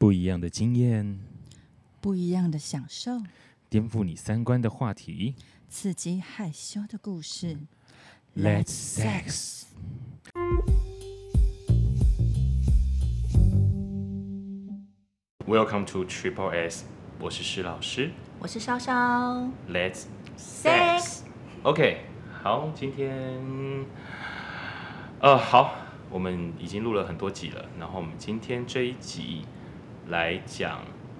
不一样的经验， 不一样的享受， 颠覆你三观的话题。 刺激害羞的故事。 Let's sex。Welcome to Triple S， 我是施老师。 我是潇潇。 Let's sex。OK， 好，今天，好，我们已经录了很多集了，然后我们今天这一集来讲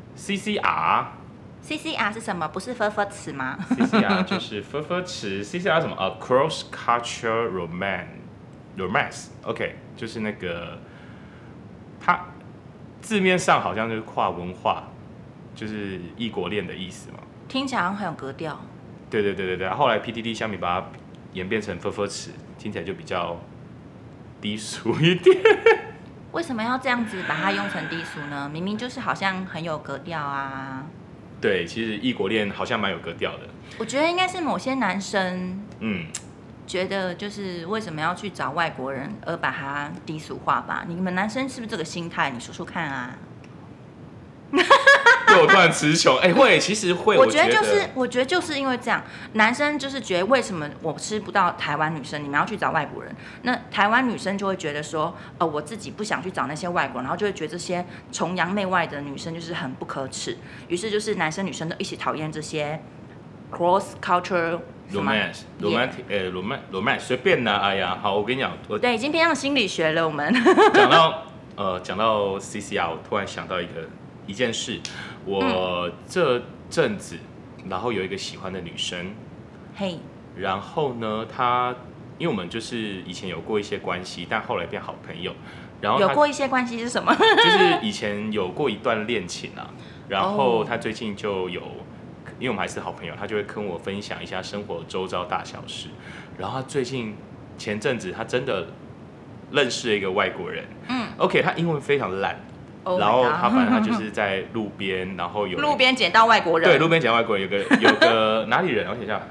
CCR。CCR 是什么？不是分分词吗 ？CCR 就是分分词。CCR 什么？Cross Cultural Romance。OK， 就是那个，它字面上好像就是跨文化，就是异国恋的意思嘛。 听起来好像很有格调。 对。后来 PTT 下面把它演变成分分词，听起来就比较低俗一点。 为什么要这样子把它用成低俗呢？明明就是好像很有格调啊。 对，其实异国恋好像蛮有格调的。 我觉得应该是某些男生，觉得就是为什么要去找外国人而把它低俗化吧？你们男生是不是这个心态？你说说看啊。 对我突然词穷，会，其实会。我觉得就是因为这样，男生就是觉得为什么我吃不到台湾女生，你们要去找外国人？那台湾女生就会觉得说，我自己不想去找那些外国人，然后就会觉得这些崇洋媚外的女生就是很不可耻，于是就是男生女生都一起讨厌这些 cross culture romance，随便啦，哎呀，好，我跟你讲， 对，已经偏向心理学了，我们讲到 CCR， 我突然想到一件事，我这阵子，然后有一个喜欢的女生，然后呢，她因为我们就是以前有过一些关系，但后来变好朋友，然后有过一些关系是什么？ 就是以前有过一段恋情啊，然后她最近就有，因为我们还是好朋友，她就会跟我分享一下生活周遭大小事，然后她最近前阵子她真的认识了一个外国人，OK， 她英文非常烂。然后他反正他就是在路边，然后有路边捡到外国人， 对，路边捡到外国人，有个哪里人？我想想，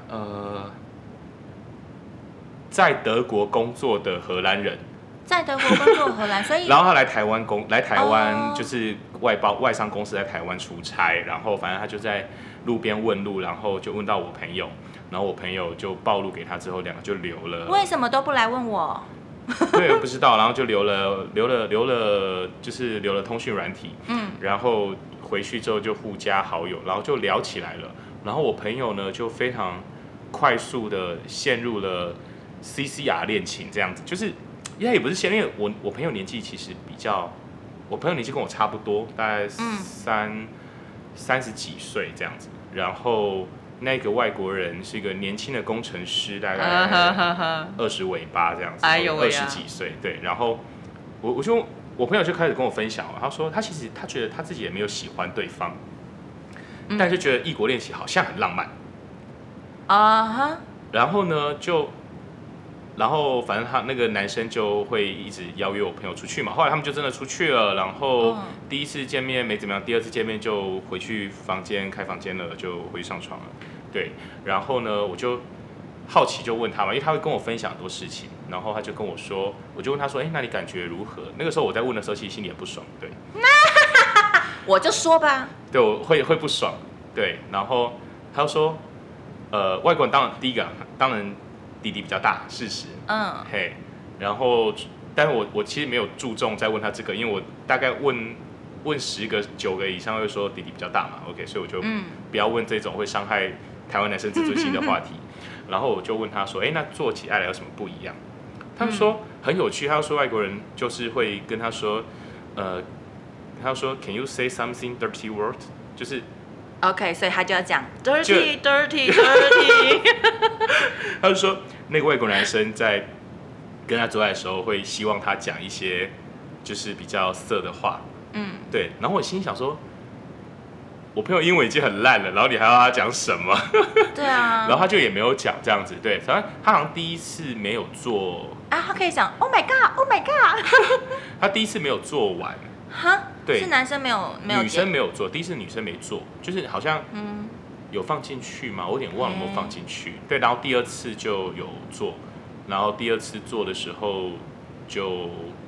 在德国工作的荷兰人， 在德国工作荷兰，所以然后他来台湾就是外商公司在台湾出差，然后反正他就在路边问路，然后就问到我朋友，然后我朋友就暴露给他之后，两个就留了。 为什么都不来问我？ 对，我不知道，然后就留了，就是留了通讯软体，然后回去之后就互加好友，然后就聊起来了。然后我朋友呢就非常快速的陷入了 CCR 恋情，这样子，就是因为也不是因为我朋友年纪其实我朋友年纪跟我差不多，大概30几岁这样子，然后。那个外国人是一个年轻的工程师，大概20尾巴这样子，20几岁，对。然后我朋友就开始跟我分享了，他说他其实他觉得他自己也没有喜欢对方，但就觉得异国恋情好像很浪漫然后呢然后反正他那个男生就会一直邀约我朋友出去嘛，后来他们就真的出去了，然后第一次见面没怎么样，第二次见面就回去开房间了，就回去上床了，对。然后呢，我就好奇就问他嘛，因为他会跟我分享很多事情，然后他就跟我说，我就问他说，那你感觉如何？那个时候我在问的时候，其实心里很不爽，对。 我就说吧， 对，我会不爽，对。然后他就说，外国人当然第一个当然。弟弟比较大，事实。然后，但是我其实没有注重再问他这个，因为我大概问10个9个以上会说弟弟比较大嘛 ，OK， 所以我就不要问这种会伤害台湾男生自尊心的话题。然后我就问他说，那做起爱来有什么不一样？他们说很有趣，他说外国人就是会跟他说，Can you say something dirty word？ 就是。 OK， 所以他就要讲 dirty。 他就说，那个外国男生在跟他做爱的时候，会希望他讲一些就是比较色的话。对。然后我心里想说，我朋友英文已经很烂了，然后你还要他讲什么？ 对啊。 然后他就也没有讲这样子，对。反正他好像第一次没有做他可以讲 Oh my God，Oh my God。 他第一次没有做完。对， 是男生没有， 女生没有做，第一次女生没做，就是好像有放进去嘛，我有点忘了有没有放进去。对，然后第二次就有做，然后第二次做的时候就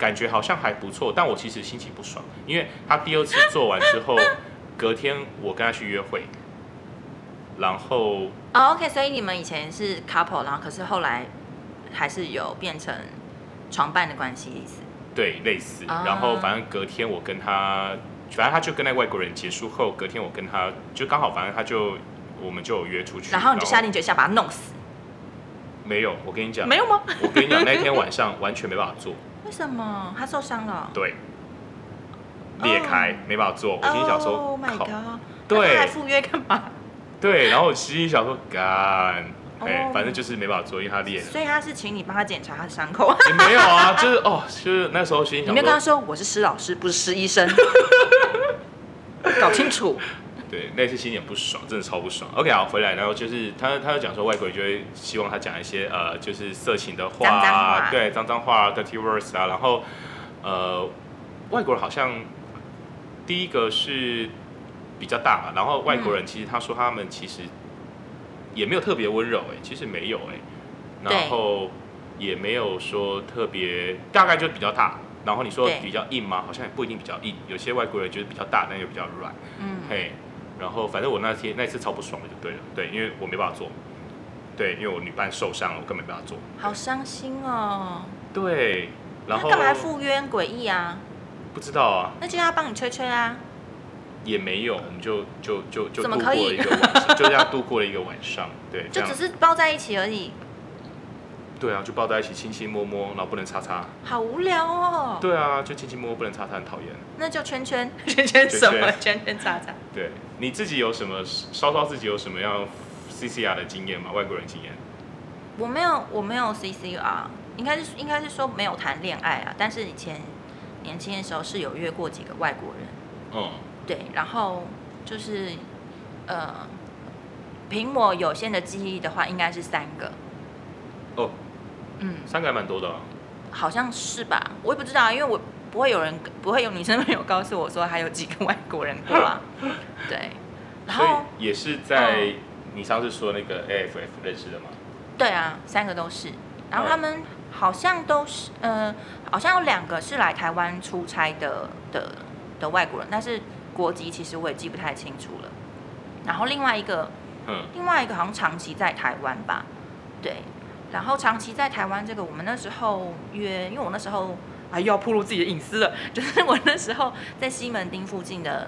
感觉好像还不错，但我其实心情不爽，因为他第2次做完之后，隔天我跟他去约会，然后 OK， 所以你们以前是 couple， 然后可是后来还是有变成床伴的关系意思？ 对，类似。然后反正隔天我跟他，反正他就跟那外国人结束后，隔天我跟他就刚好，反正我们就有约出去。 然后你就下定决心要把他弄死？ 没有，我跟你讲， 没有吗？ 我跟你讲，那天晚上完全没办法做。 为什么？他受伤了？ 对，裂开，没办法做。我心里想说 ，Oh my god， 对， 他还赴约干嘛？ 对，然后我心里想说，干。反正就是没办法做，因为他裂了。 所以他是请你帮他检查他的伤口？ 也没有啊，就是那时候心里想说， 你没有跟他说我是施老师，不是施医生，搞清楚。 对，那次心里很不爽，真的超不爽。OK， 好，回来，然后就是他就讲说，外国人就会希望他讲一些就是色情的话啊，对，脏话 dirty words 啊，然后外国人好像第一个是比较大嘛，然后外国人其实他说他们其实也没有特别温柔其实没有然后也没有说特别，大概就比较大。然后你说比较硬吗？好像也不一定比较硬，有些外国人觉得比较大，但又比较软。然后反正我那次超不爽的就对了，对，因为我没办法做，对，因为我女伴受伤了，我根本没办法做。 好伤心哦。 对，然后干嘛还赴约？诡异啊。 不知道啊。 那就要他帮你吹吹啊。 也没有，我们就怎么可以？ 度过了一个晚上，就这样度过了一个晚上，对， 就只是抱在一起而已。 对啊，就抱在一起亲亲摸摸，然后不能擦擦。 好无聊哦。 对啊，就亲亲摸摸不能擦擦，很讨厌。 那就圈圈圈圈什么圈圈擦擦。 对，你自己有什么稍自己有什么样 CCR 的经验吗？外国人经验？ 我没有 CCR， 应该是说没有谈恋爱啊，但是以前年轻的时候是有约过几个外国人。对，然后就是凭我有限的记忆的话，应该是3个。 3个还蛮多的。 好像是吧，我也不知道，因为我不会有女生朋友告诉我说还有几个外国人过啊。对，然后所以也是在你上次说那个 AFF 认识的吗？ 对啊，3个都是。然后他们好像都是好像有2个是来台湾出差的外国人，但是国籍其实我也记不太清楚了。然后另外一个好像长期在台湾吧，对。然后长期在台湾这个，我们那时候约，因为我那时候又要暴露自己的隐私了，就是我那时候在西门町附近的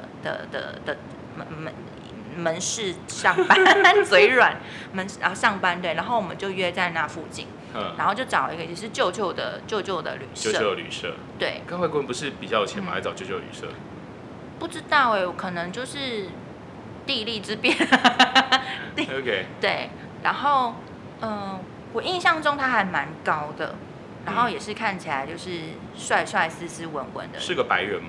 门市上班，嘴软上班，对，然后我们就约在那附近，然后就找一个也是旧旧的旅社， 旧旅社， 对。 跟外国人不是比较有钱吗？还找旧旅社？ 不知道可能就是地利之便。 OK。 对，然后我印象中他还蛮高的，然后也是看起来就是帅帅、斯斯文文的。 是个白人吗？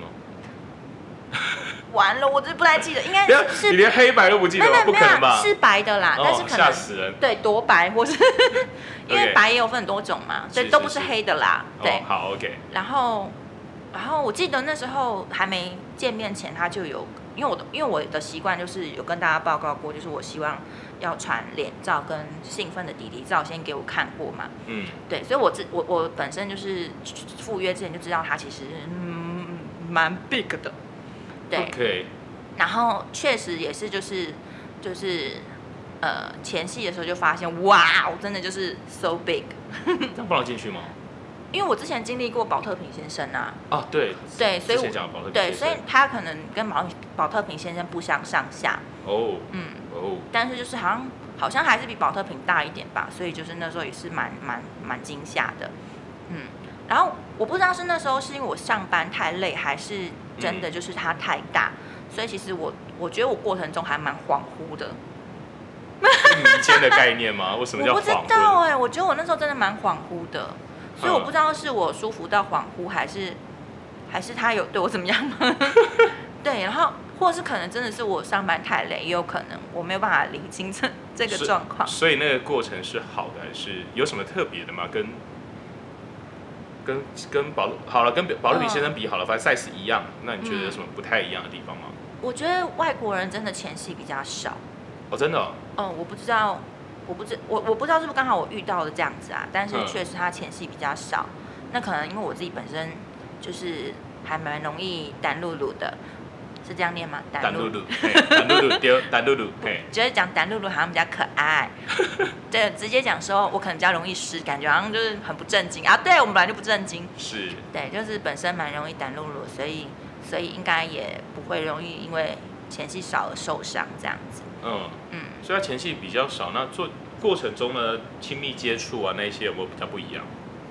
完了，我真不太记得，应该是你连黑白都不记得吗？不可能吧？ 是白的啦，但是可能吓死人。 对，多白或是因为白也有分很多种嘛，所以都不是黑的啦。对， 好 OK。 然后我记得那时候还没见面前，他就有，因为我的习惯就是有跟大家报告过，就是我希望要传脸照跟兴奋的弟弟照先给我看过嘛。对，所以我本身就是赴约之前就知道他其实蛮 big 的。对。 Okay. 然后确实也是就是前戏的时候就发现，哇，我真的就是 so big。 这样不能进去吗？ 因为我之前经历过保特瓶先生啊。 对， 所以对， 所以他可能跟保特瓶先生不相上下。但是就是好像还是比保特瓶大一点吧，所以就是那时候也是蛮惊吓的。然后我不知道是那时候是因为我上班太累，还是真的就是他太大，所以其实我觉得我过程中还蛮恍惚的。 民间的概念吗？为什么叫恍惚？ 我不知道我觉得我那时候真的蛮恍惚的，所以我不知道是我舒服到恍惚，还是他有对我怎么样吗？对，然后或是可能真的是我上班太累，也有可能我没有办法理清这个状况。 所以那个过程是好的，还是有什么特别的吗？跟保乐瓶先生比好了，反正 size 一样，那你觉得有什么不太一样的地方吗？ 我觉得外国人真的前戏比较少。 真的？ 我不知道是不是刚好我遇到的这样子啊，但是确实他前戏比较少。那可能因为我自己本身就是还蛮容易胆露露的，是这样念吗？ 胆露露，胆露露对，胆露露， 觉得讲胆露露好像比较可爱，对，直接讲说我可能比较容易湿，感觉好像就是很不正经啊。对我们本来就不正经， 是， 对，就是本身蛮容易胆露露，所以应该也不会容易因为前戏少而受伤这样子。 所以他前戏比较少，那做过程中呢，亲密接触啊那一些有没有比较不一样？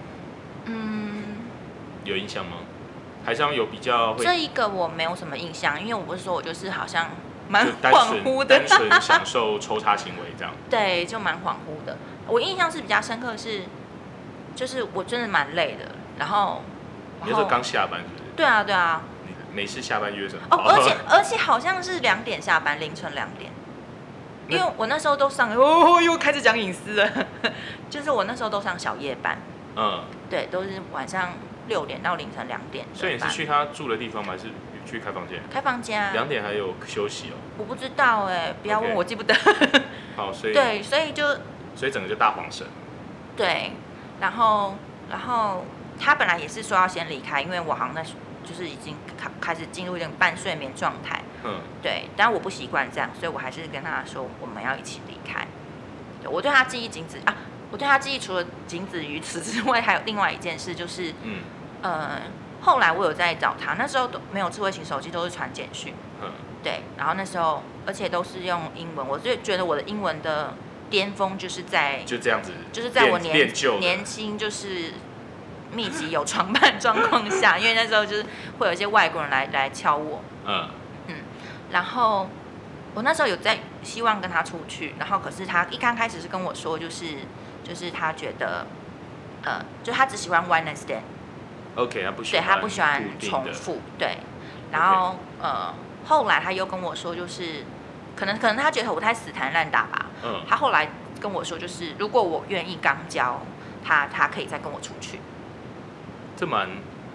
有印象吗？还是有比较会？ 这一个我没有什么印象，因为我不是说我就是好像蛮单恍惚的， 单纯享受抽插行为这样。 对，就蛮恍惚的。我印象是比较深刻的是，就是我真的蛮累的，然后你那时候刚下班是不是？ 对啊对啊。 你每次下班约什么？ 哦，而且好像是2点下班，凌晨2点。因为我那时候都上又开始讲隐私了，就是我那时候都上小夜班。对，都是晚上6点到凌晨2点。 所以你是去他住的地方吗？还是去开房间？ 开房间啊。 2点还有休息哦。 我不知道哎，不要问我，记不得。 好，所以对，所以整个就大晃神。 对，然后他本来也是说要先离开，因为我好像就是已经开始进入一种半睡眠状态。对，但我不习惯这样，所以我还是跟他说我们要一起离开。我对他记忆仅止啊。我对他记忆除了仅止于此之外，还有另外一件事，就是，后来我有在找他，那时候都没有智慧型手机，都是传简讯，对，然后那时候而且都是用英文，我就觉得我的英文的巅峰就是就这样子， 就是在我年轻就是密集有床伴状况下，因为那时候就是会有一些外国人来敲我，然后我那时候有在希望跟他出去，然后可是他刚开始是跟我说就是他觉得，就他只喜欢 one night stand。OK， 他不喜欢。 对，他不喜欢重复。对，然后后来他又跟我说，就是可能他觉得我太死缠烂打吧。他后来跟我说，就是如果我愿意刚交，他可以再跟我出去。 这蛮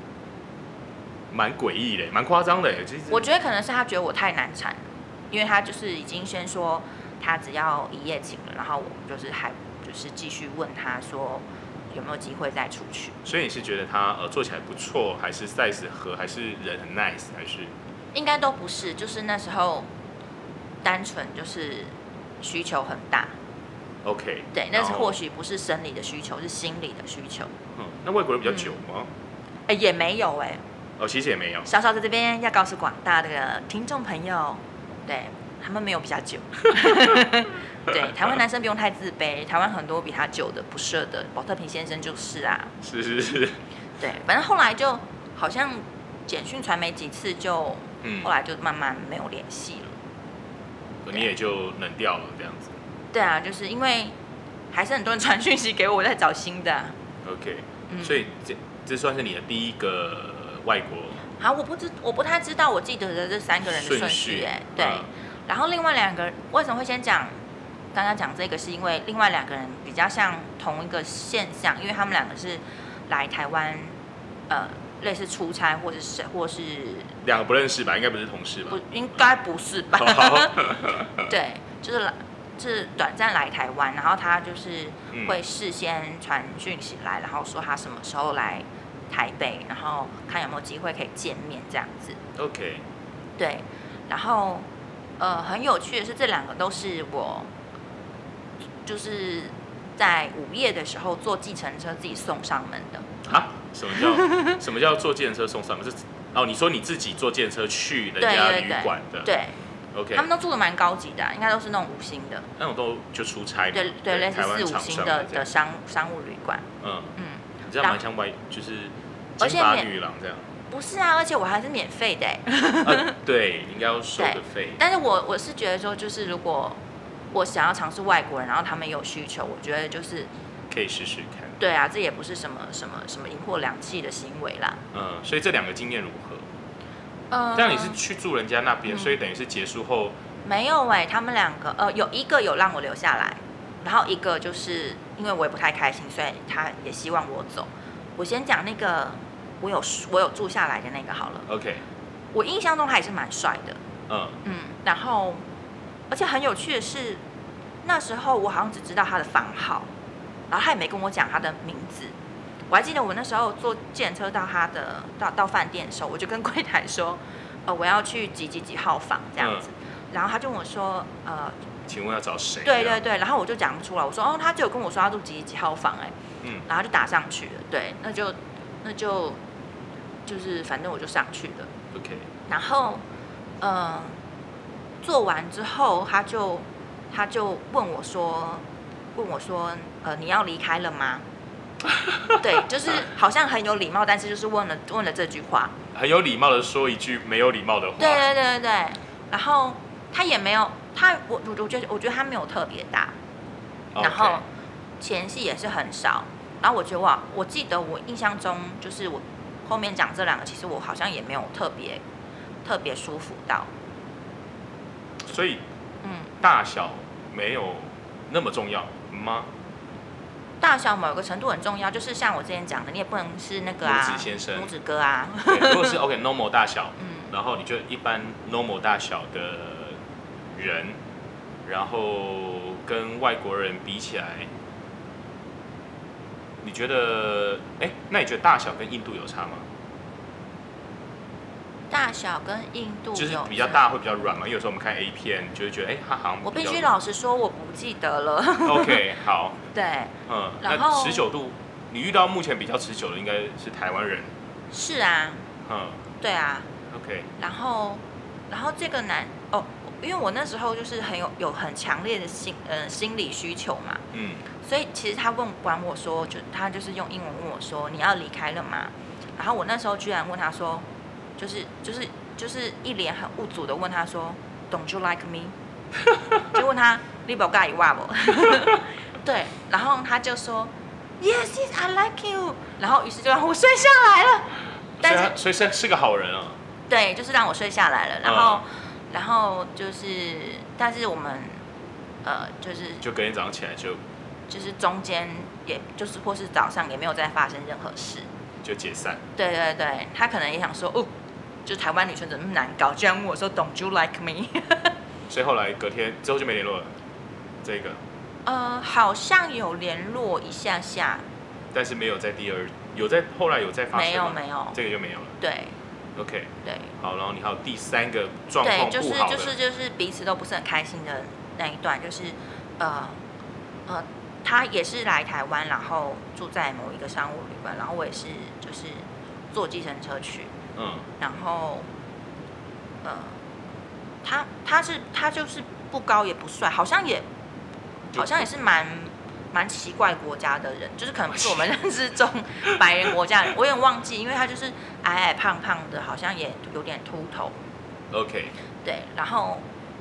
诡异的，蛮夸张的。 我觉得可能是他觉得我太难缠，因为他就是已经先说他只要一夜情了，然后我就是继续问他说有没有机会再出去。 所以你是觉得他做起来不错，还是 size 合，还是人很 nice， 还是？ 应该都不是，就是那时候单纯就是需求很大。 OK。 对，那是或许不是生理的需求，是心理的需求。 那外国人比较久吗？ 也没有哎。 其实也没有。 小小在这边要告诉广大的听众朋友，对。他们没有比较久，对，台湾男生不用太自卑，台湾很多比他久的不赦的，保特瓶先生就是啊， 是， 对，反正后来就好像简讯传没几次就，后来就慢慢没有联系了， 你也就冷掉了这样子。 对啊，就是因为还是很多人传讯息给我，我在找新的。 OK，所以这算是你的第一个外国。 好，我不太知道，我记得的这3个人的顺序，对。然后另外2个人为什么会先讲？刚刚讲这个是因为另外2个人比较像同一个现象，因为他们2个是来台湾，类似出差或是 2个不认识吧？应该不是同事吧？ 不，应该不是吧？对，就是短暂来台湾，然后他就是会事先传讯息来，然后说他什么时候来台北，然后看有没有机会可以见面这样子。 OK。 对，然后。很有趣的是，这2个都是我，就是在午夜的时候坐计程车自己送上门的。 啊？什么叫坐计程车送上门？你说你自己坐计程车去人家旅馆的？ 对。 OK。 他们都住的蛮高级的，应该都是那种5星的。 那种都就出差嘛。 对，类似4、5星的商务旅馆。 你这样蛮像就是金发女郎这样。 不是啊，而且我还是免费的对，应该要收的费。 但是我是觉得说，就是如果我想要尝试外国人，然后他们有需求，我觉得就是可以试试看。 对啊，这也不是什么银货两讫的行为啦。 所以这2个经验如何？这样你是去住人家那边，所以等于是结束后没有他们2个有一个有让我留下来，然后一个就是因为我也不太开心，所以他也希望我走。我先讲那个。我有住下来的那个好了。 OK。 我印象中他也是蛮帅的。然后，而且很有趣的是，那时候我好像只知道他的房号，然后他也没跟我讲他的名字。 我还记得我那时候坐计程车到饭店的时候，我就跟柜台说，我要去几号房这样子，然后他就问我说， 请问要找谁？ 对，然后我就讲不出来，我说哦，他就有跟我说要住几号房然后就打上去了，对，那就是反正我就上去了 ，OK， 然后做完之后他就问我说你要离开了吗？对，就是好像很有礼貌，但是就是问了这句话， 很有礼貌的说一句没有礼貌的话。 对，然后他也没有我觉得他没有特别大，然后前戏也是很少，然后我觉得我记得我印象中就是我后面讲这两个，其实我好像也没有特别舒服到， 所以大小没有那么重要吗？ 大小某个程度很重要，就是像我之前讲的，你也不能是那个拇指先生、 拇指哥啊。 对，如果是 normal 大小，然后你就一般 normal 大小的人，然后跟外国人比起来，你觉得，那你觉得大小跟印度有差吗？ 大小跟印度就是比较大会比较软嘛，因为有时候我们看 A 片就会觉得，它好像我必须老实说，我不记得了。 OK， 好。 对。 那持久度，你遇到目前比较持久的应该是台湾人。 是啊。对啊。 OK。 然后这个因为我那时候就是有很强烈的心理需求嘛。所以其实他问完我说，他就是用英文问我说你要离开了吗？然后我那时候居然问他说。就是一脸很无助的问他说 ，Don't you like me？ 就问他你不介意我不？对，然后他就说 Yes, I like you。然后于是就让我睡下来了。但所以是个好人啊。 对，就是让我睡下来了。然后就是，但是我们就隔天早上起来就是中间也就是或是早上也没有再发生任何事， 就解散。 对，他可能也想说哦。就台湾女生怎么那么难搞？居然问我说 "Don't you like me？" 所以后来隔天之后就没联络了。这个好像有联络一下下， 但是没有在后来有再发生吗？ 没有， 这个就没有了。 对 ，OK， 对， 好，然后你还有第三个状况不好的， 就是彼此都不是很开心的那一段，就是他也是来台湾，然后住在某一个商务旅馆，然后我也是就是坐计程车去。然后，他就是不高也不帅，好像也是蛮奇怪国家的人，就是可能不是我们认知中白人国家人，我有点忘记，因为他就是矮胖胖的，好像也有点秃头。 OK。 对，然后，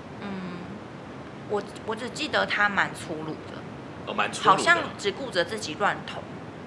我只记得他蛮粗鲁的， 蛮粗鲁的， 好像只顾着自己乱捅。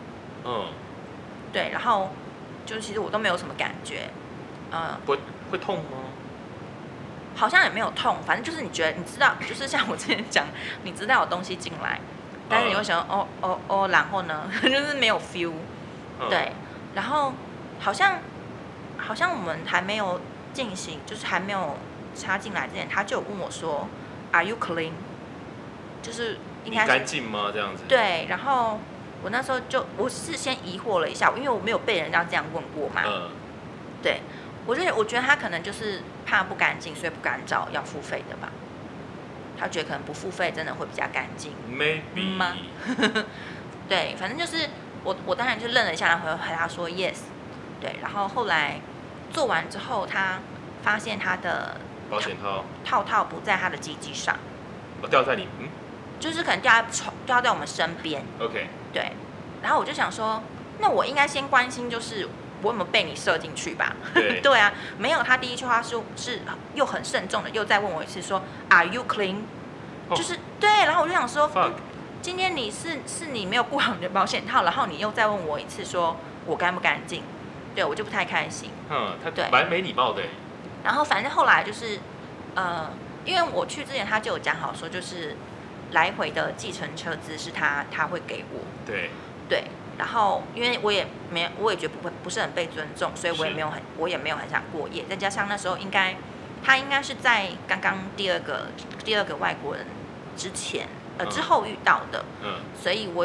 对，然后。就其实我都没有什么感觉， 会痛吗？ 好像也没有痛，反正就是你觉得你知道，就是像我之前讲，你知道有东西进来，但是你会想然后呢，就是没有 feel，对，然后好像我们还没有进行，就是还没有插进来之前，他就有问我说 ，Are you clean？ 就是应该是你干净吗？这样子。 对，然后。我那时候我是先疑惑了一下，因为我没有被人家这样问过嘛。对，我觉得他可能就是怕不干净，所以不敢找要付费的吧。他觉得可能不付费真的会比较干净。 Maybe 吗？对，反正就是我当然就愣了一下，然后回答说 yes。对，然后后来做完之后，他发现他的保险套不在他的机上， 掉在你就是可能掉在我们身边。 OK。 对，然后我就想说，那我应该先关心，就是我有没有被你射进去吧？ 对， 对啊，没有。他第一句话是又很慎重的，又再问我一次说 ，Are you clean？就是对，然后我就想说，今天你是你没有顾好你的保险套，然后你又再问我一次说我干不干净？对我就不太开心。 他蛮没礼貌的。 然后反正后来就是因为我去之前他就有讲好说就是。来回的计程车资是他会给我，对，然后因为我也觉得不是很被尊重，所以我也没有很想过夜，再加上那时候他应该是在刚刚第二个外国人之前之后遇到的，所以我也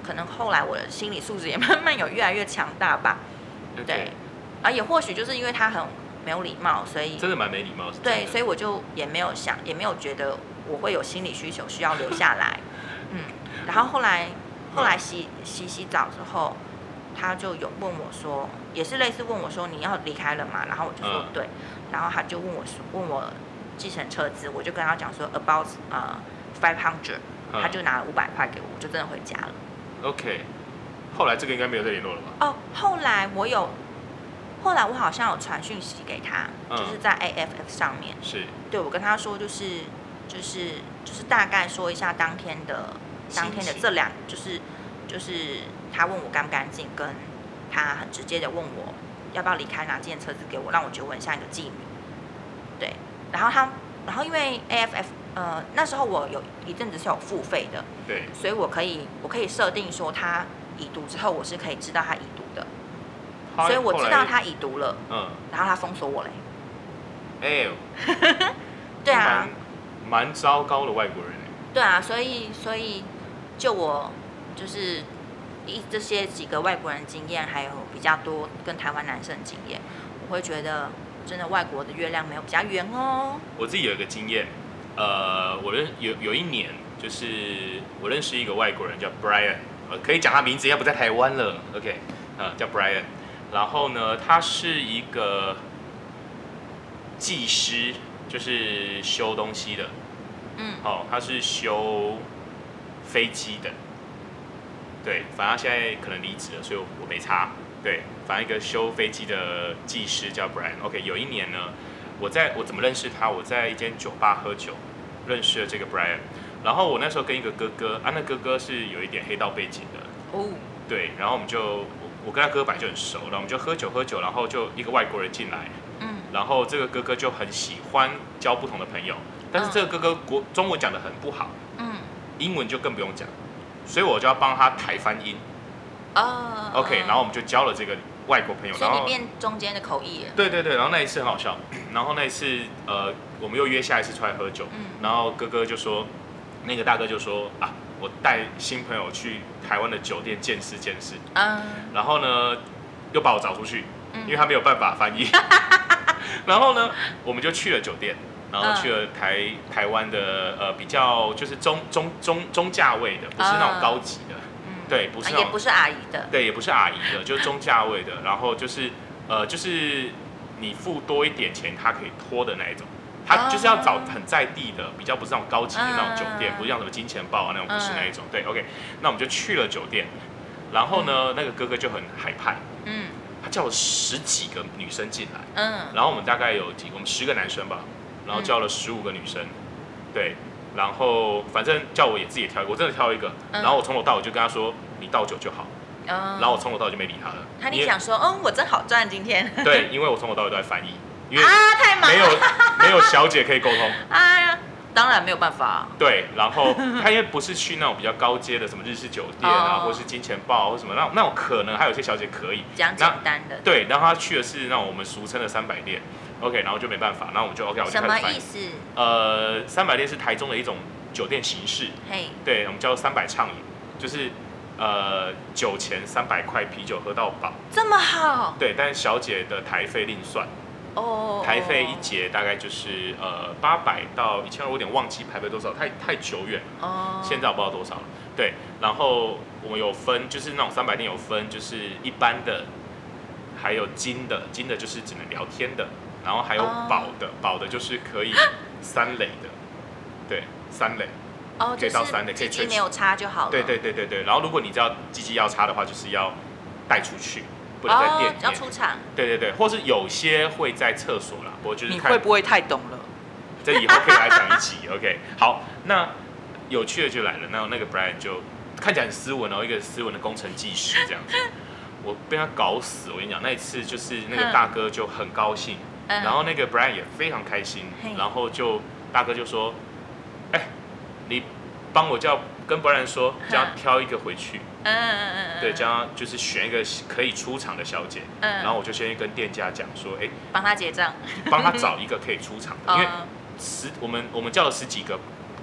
可能后来我的心理素质也慢慢有越来越强大吧。对，也或许就是因为他很没有礼貌，所以真的蛮没礼貌。 对，所以我就也没有觉得我会有心理需求需要留下来。然后后来洗澡之后，他就有问我说，也是类似问我说你要离开了嘛？然后我就说对，然后他就问我计程车资，我就跟他讲说 about 500，他就拿了500块给我，我就真的回家了。 OK， 后来这个应该没有再联络了吧？ 后来我好像有传讯息给他，就是在 AFF 上面， 是对我跟他说就是大概说一下当天的这两就是他问我干不干净，跟他很直接的问我要不要离开，拿这件车子给我，让我觉得我很像一个妓女。对，然后因为 AFF 那时候我有一阵子是有付费的， 对， 所以我可以设定说他已读之后，我是可以知道他已读的，所以我知道他已读了，然后他封锁我嘞。对啊， 蛮糟糕的外国人。 对啊，所以就我就是这些几个外国人经验，还有比较多跟台湾男生经验，我会觉得真的外国的月亮没有比较圆哦。 我自己有一个经验，有一年就是我认识一个外国人叫 Brian， 可以讲他名字，要不在台湾了 ，OK， 叫 Brian， 然后呢，他是一个技师，就是修东西的，他是修飞机的，对，反正他现在可能离职了，所以我没差，对，反正一个修飞机的技师叫 Brian，OK， 有一年呢，我怎么认识他？我在一间酒吧喝酒，认识了这个 Brian， 然后我那时候跟一个哥哥，那哥哥是有一点黑道背景的，对，然后我跟他哥本来就很熟，然后我们就喝酒，然后就一个外国人进来，然后这个哥哥就很喜欢交不同的朋友，但是这个哥哥中文讲得很不好，英文就更不用讲，所以我就要帮他台翻音，OK， 然后我们就交了这个外国朋友， 所以你变中间的口译。 对，然后那一次很好笑，然后那一次我们又约下一次出来喝酒，然后哥哥就说，那个大哥就说我带新朋友去台湾的酒店见识，然后呢又把我找出去，因为他没有办法翻译，然后呢我们就去了酒店，然后去了台湾的比较就是中价位的，不是那种高级的，对，不是那种， 也不是阿姨的， 对，也不是阿姨的，就是中价位的，然后就是你付多一点钱，他可以拖的那一种。他就是要找很在地的，比较不是那种高级的那种酒店，不是像什么金钱豹那种，不是那一种。对 ，OK， 那我们就去了酒店，然后呢，那个哥哥就很海派，他叫了10几个女生进来，然后我们大概我们10个男生吧，然后叫了15个女生，对，然后反正叫我自己也挑一个，我真的挑一个，然后我从头到尾就跟他说，你倒酒就好，然后我从头到尾就没理他了。 你想说，我真好赚今天。 对，因为我从头到尾都在翻译。因为太忙了， 没有小姐可以沟通。 当然没有办法。 对，然后他因为不是去那种比较高阶的什么日式酒店或是金钱豹或什么那种可能还有些小姐可以讲简单的。 对，然后他去的是那种我们俗称的300店 ，OK， 然后就没办法，然后我们就 OK， 我就开始翻译。 什么意思 ？300店是台中的一种酒店形式，对，我们叫300畅饮，就是酒钱300块，啤酒喝到饱。这么好？ 对，但是小姐的台费另算。台费一节大概就是800到1200，我有点忘记台费多少，太久远了。现在我不知道多少了。对，然后我们有分，就是那种300店有分，就是一般的，还有金的就是只能聊天的，然后还有饱的就是可以3垒的，对，3垒。可以到3垒，可以鸡没有插就好了。 对，然后如果你知道鸡要插的话，就是要带出去。不能在店里面， 要出场。 对，或是有些会在厕所啦。我就是你会不会太懂了？ 这以后可以来讲一集，OK。好，那有趣的就来了。那个 Brian 就看起来很斯文一个斯文的工程技师这样子。我被他搞死，我跟你讲，那一次就是那个大哥就很高兴，然后那个 Brian 也非常开心，然后大哥就说：“你帮我跟 Brian 说，叫他挑一个回去。”对，这样就是选一个可以出场的小姐，然后我就先跟店家讲说， 帮他结账， 帮他找一个可以出场的，因为我们叫了10几个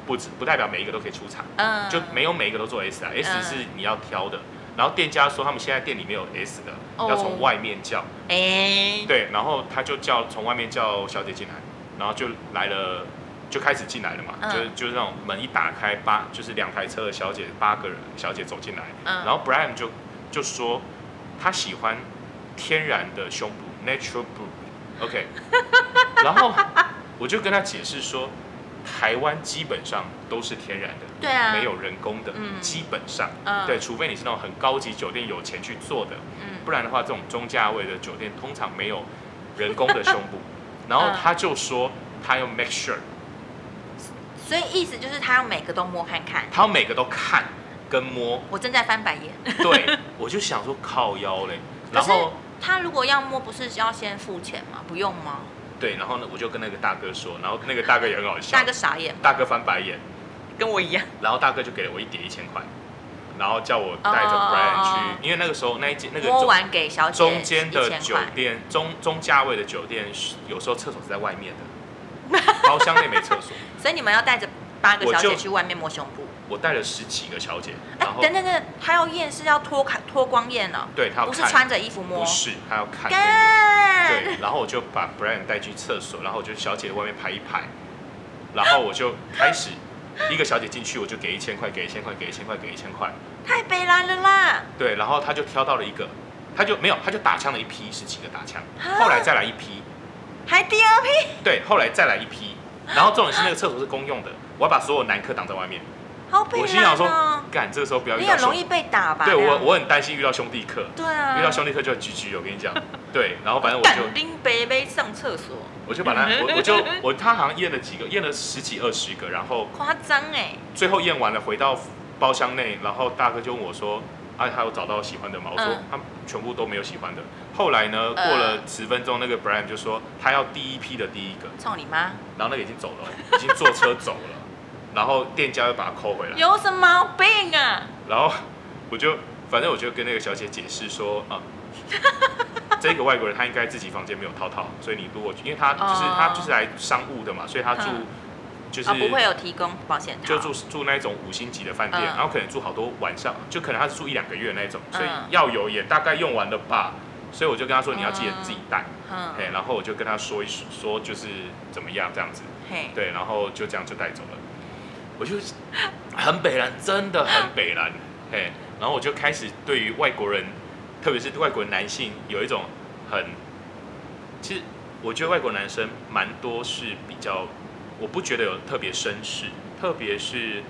不代表每一个都可以出场，就没有每一个都做 S 啊，S 是你要挑的。然后店家说他们现在店里没有 S 的，要从外面叫。对，然后他就从外面叫小姐进来，然后就来了，就开始进来了嘛，就是那种门一打开，就是2台车的小姐8个人小姐走进来，然后 Brian 就说他喜欢天然的胸部 natural boob，OK， 然后我就跟他解释说，台湾基本上都是天然的， 对啊， 没有人工的，基本上，对，除非你是那种很高级酒店有钱去做的，不然的话，这种中价位的酒店通常没有人工的胸部。然后他就说他要 make sure， 所以意思就是他要每个都摸看看， 他要每个都看跟摸。 我正在翻白眼。 对，我就想说靠腰嘞，然后他如果要摸，不是要先付钱吗？不用吗？ 对，然后呢，我就跟那个大哥说，然后那个大哥也很好笑， 大哥傻眼， 大哥翻白眼， 跟我一样。 然后大哥就给了我一叠1000块，然后叫我带着 Brian 去，因为那个时候那个摸完给小姐中间的酒店中价位的酒店，有时候厕所是在外面的，包厢内没厕所， 所以你们要带着8个小姐去外面摸胸部。 我带了10几个小姐，然后等，他要验是要脱光验哦， 对，他要看， 不是穿着衣服摸， 不是，他要看。对，然后我就把 Brian 带去厕所，然后我就小姐在外面排一排，然后我就开始一个小姐进去，我就给1000块，给1000块，给1000块，给1000块， 太悲蓝了啦。 对，然后他就挑到了一个，他就打枪了一批10几个打枪，后来再来一批， 还第2批， 对，后来再来一批，然后重点是那个厕所是公用的，我要把所有男客挡在外面。 好悲蓝哦！ 我心想说，干，这个时候不要遇到。 你很容易被打吧？ 对，我很担心遇到兄弟客。 对啊， 遇到兄弟客就很 GG， 我跟你讲。对，然后反正我就拎杯杯上厕所， 我就把他，他好像验了几个，验了10几20个，然后夸张哎。 最后验完了，回到包厢内，然后大哥就问我说：“啊，他有找到喜欢的吗？”我说：“他全部都没有喜欢的。”后来呢，过了10分钟，那个 Brian 就说他要第一批的第一个。 操你妈！ 然后那个已经走了，已经坐车走了。然后店家又把它扣回来， 有什么毛病啊？ 然后反正我就跟那个小姐解释说这个外国人他应该自己房间没有套套，所以你如果因为他就是来商务的嘛，所以他住就是不会有提供保险套， 就住那种5星级的饭店，然后可能住好多晚上，就可能他是住1-2个月那种，所以要有也大概用完了吧，所以我就跟他说你要记得自己带，然后我就跟他说就是怎么样这样子，对，然后就这样就带走了。我就很北蓝，真的很北蓝，然后我就开始对于外国人，特别是外国男性，有一种其实我觉得外国男生蛮多是比较，我不觉得有特别绅士，特别是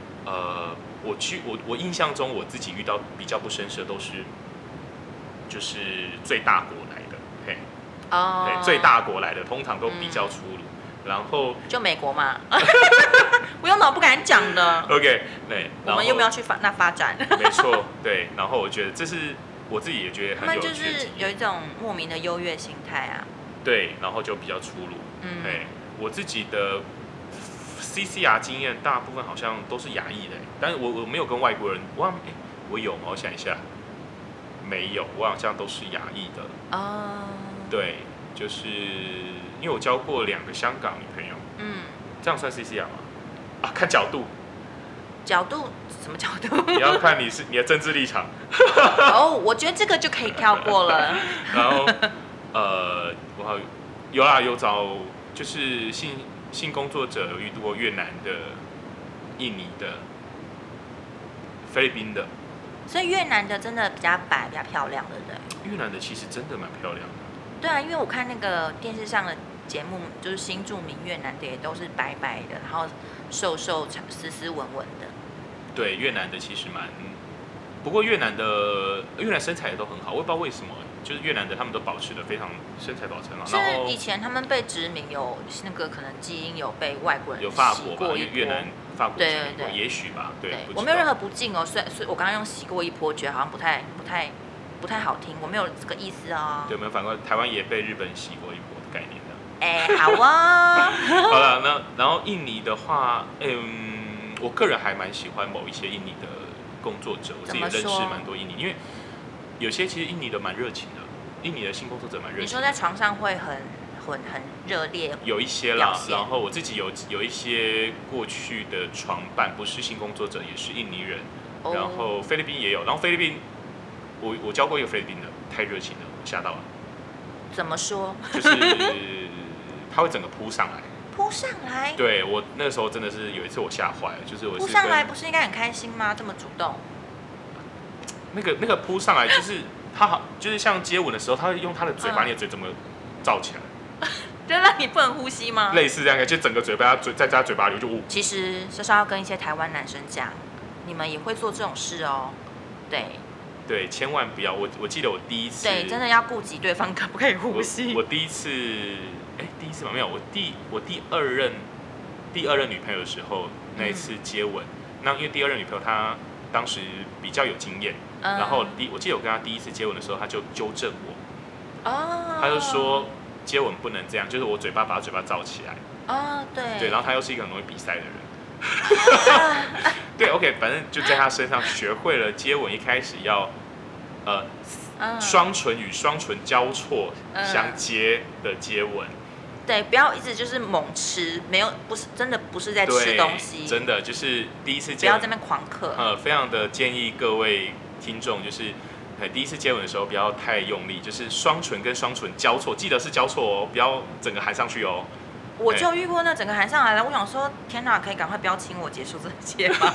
我印象中我自己遇到比较不绅士的都是，就是最大国来的，最大国来的通常都比较粗鲁。然后就美国嘛，我有脑不敢讲的。 OK， 对， 我们又没有去发展。 没错，对。然后我觉得这是我自己也觉得很有趣的经验。 他们就是有一种莫名的优越心态啊。 对，然后就比较粗鲁。我自己的 CCR 经验大部分好像都是亚裔的，但是我没有跟外国人，我有吗？我想一下，没有，我好像都是亚裔的。对，就是。因为我交过2个香港女朋友，这样算 CCR 吗？看角度， 什么角度？ 你要看你的政治立场。 我觉得这个就可以跳过了。 然后我有找就是性工作者，有遇过越南的、印尼的、菲律宾的。 所以越南的真的比较白、比较漂亮，对不对？ 越南的其实真的蛮漂亮的。 对啊，因为我看那个电视上的节目，就是新著名越南的也都是白白的，然后瘦瘦、斯斯文文的。 对，越南的其实不过越南身材也都很好，我也不知道为什么，就是越南的他们都保持的非常身材保持很好。 是以前他们被殖民有那个可能基因有被外国人有法国吧，越南法国殖民过，也许吧，对。 我没有任何不敬哦，所以我刚刚用洗过一波，觉得好像不太好听，我没有这个意思哦。 对，我们反过台湾也被日本洗过一波的概念的。 好啊。 好了，然后印尼的话，我个人还蛮喜欢某一些印尼的工作者，我自己认识蛮多印尼，因为有些其实印尼的蛮热情的，印尼的性工作者蛮热情的。 你说在床上会很很热烈， 有一些啦。然后我自己有一些过去的床伴，不是性工作者，也是印尼人。然后菲律宾也有，然后菲律宾我教过一个菲律宾的，太热情了，我吓到了。 怎么说？ 就是他会整个扑上来。 扑上来？ 对，我那个时候真的是有一次我吓坏了，就是我扑上来不是应该很开心吗？这么主动。 那个扑上来就是他好，就是像接吻的时候，他会用他的嘴把你的嘴怎么罩起来， 就让你不能呼吸吗？ 类似这样，就整个嘴巴在他嘴巴里就捂。 其实莎莎要跟一些台湾男生讲，你们也会做这种事哦，对。 对，千万不要。我记得我第一次， 对，真的要顾及对方可不可以呼吸。 我第一次，第一次吗？没有，我第二任女朋友的时候，那一次接吻，那因为第二任女朋友她当时比较有经验，然后我记得我跟她第一次接吻的时候，她就纠正我，她就说接吻不能这样，就是我嘴巴把嘴巴罩起来。对，然后她又是一个很容易比赛的人。对 ，OK， 反正就在他身上学会了接吻，一开始要双唇与双唇交错相接的接吻。 对，不要一直就是猛吃，没有，不是真的不是在吃东西， 真的就是第一次接吻， 不要在那边狂嗑。 非常的建议各位听众，就是第一次接吻的时候不要太用力，就是双唇跟双唇交错，记得是交错哦，不要整个含上去哦。 我就遇过那整个含上来了，我想说天哪，可以赶快不要亲我，结束这些吗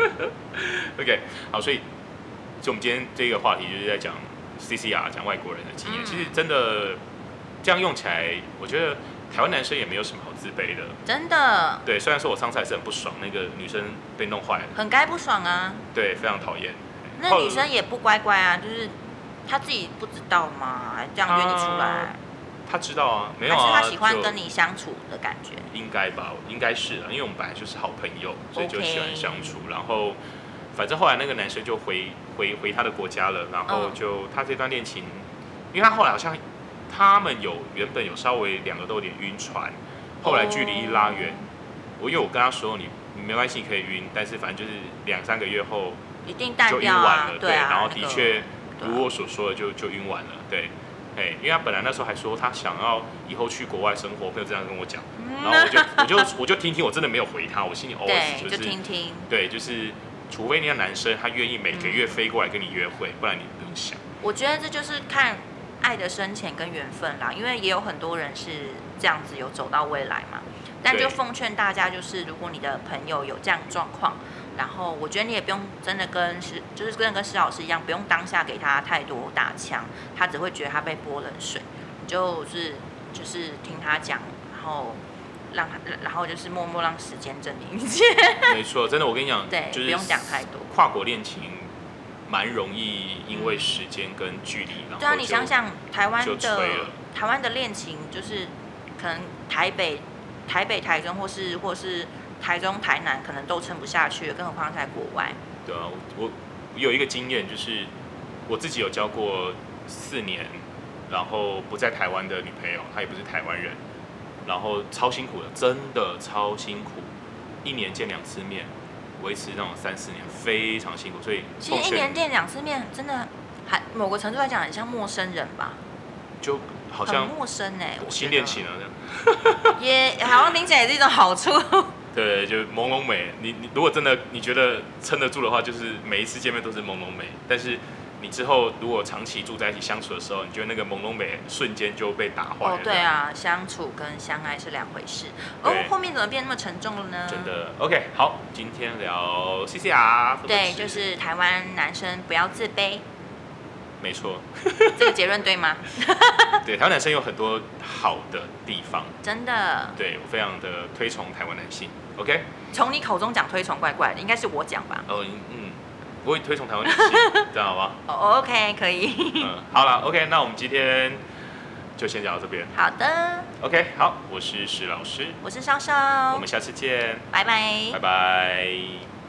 ？OK， 好，所以我们今天这个话题就是在讲 CCR， 讲外国人的经验。其实真的这样用起来，我觉得台湾男生也没有什么好自卑的。真的。对，虽然说我上次还是很不爽，那个女生被弄坏了， 很该不爽啊。 对，非常讨厌。 那女生也不乖乖啊，就是她自己不知道吗？这样约你出来。 他知道啊，没有啊， 还是他喜欢跟你相处的感觉？ 应该吧，应该是啊，因为我们本来就是好朋友，所以就喜欢相处。然后，反正后来那个男生就回他的国家了，然后就他这段恋情，因为他后来好像他们原本有稍微两个都有点晕船，后来距离一拉远，因为我跟他说你没关系，你可以晕，但是反正就是2-3个月后一定淡就晕掉啊， 完了， 对啊， 然后的确如我所说的就晕完了，对。因为他本来那时候还说他想要以后去国外生活，朋友这样跟我讲，然后我就听听，我真的没有回他，我心里 OS 就是听听， 对，就是除非那个男生他愿意每个月飞过来跟你约会，不然你不用想。 我觉得这就是看爱的深浅跟缘分啦，因为也有很多人是这样子有走到未来嘛，但就奉劝大家，就是如果你的朋友有这样的状况。然后我觉得你也不用真的跟施老师一样，不用当下给他太多打枪，他只会觉得他被泼冷水。你就是听他讲，然后就是默默让时间证明一切。 没错，真的我跟你讲， 对， 就是不用讲太多。 跨国恋情蛮容易因为时间跟距离，然后对啊，你想想台湾的恋情，就是可能台北、台中或是台中、台南可能都撑不下去了，更何况在国外。 对啊，我有一个经验，就是我自己有交过4年，然后不在台湾的女朋友，她也不是台湾人，然后超辛苦的，真的超辛苦，1年见2次面，维持那种3-4年，非常辛苦。所以其实1年见2次面，真的还某个程度来讲，很像陌生人吧？ 就好像很陌生新恋情了这样。 也好像听起来也是一种好处。 对，就朦胧美。你如果真的你觉得撑得住的话，就是每一次见面都是朦胧美。但是你之后如果长期住在一起相处的时候，你觉得那个朦胧美瞬间就被打坏了。 对啊，相处跟相爱是2回事。后面怎么变那么沉重了呢？ 真的 OK， 好，今天聊 CCR。 对，就是台湾男生不要自卑。 没错。 这个结论对吗？ 对，台湾男生有很多好的地方。 真的。对， 我非常的推崇台湾男性。OK。 从你口中讲推崇怪怪的，应该是我讲吧？ 我会推崇台湾女性，这样好吗 ？OK， 可以。 好了 ，OK， 那我们今天就先讲到这边。 好的。 OK， 好，我是石老师， 我是稍稍， 我们下次见， 拜拜， 拜拜。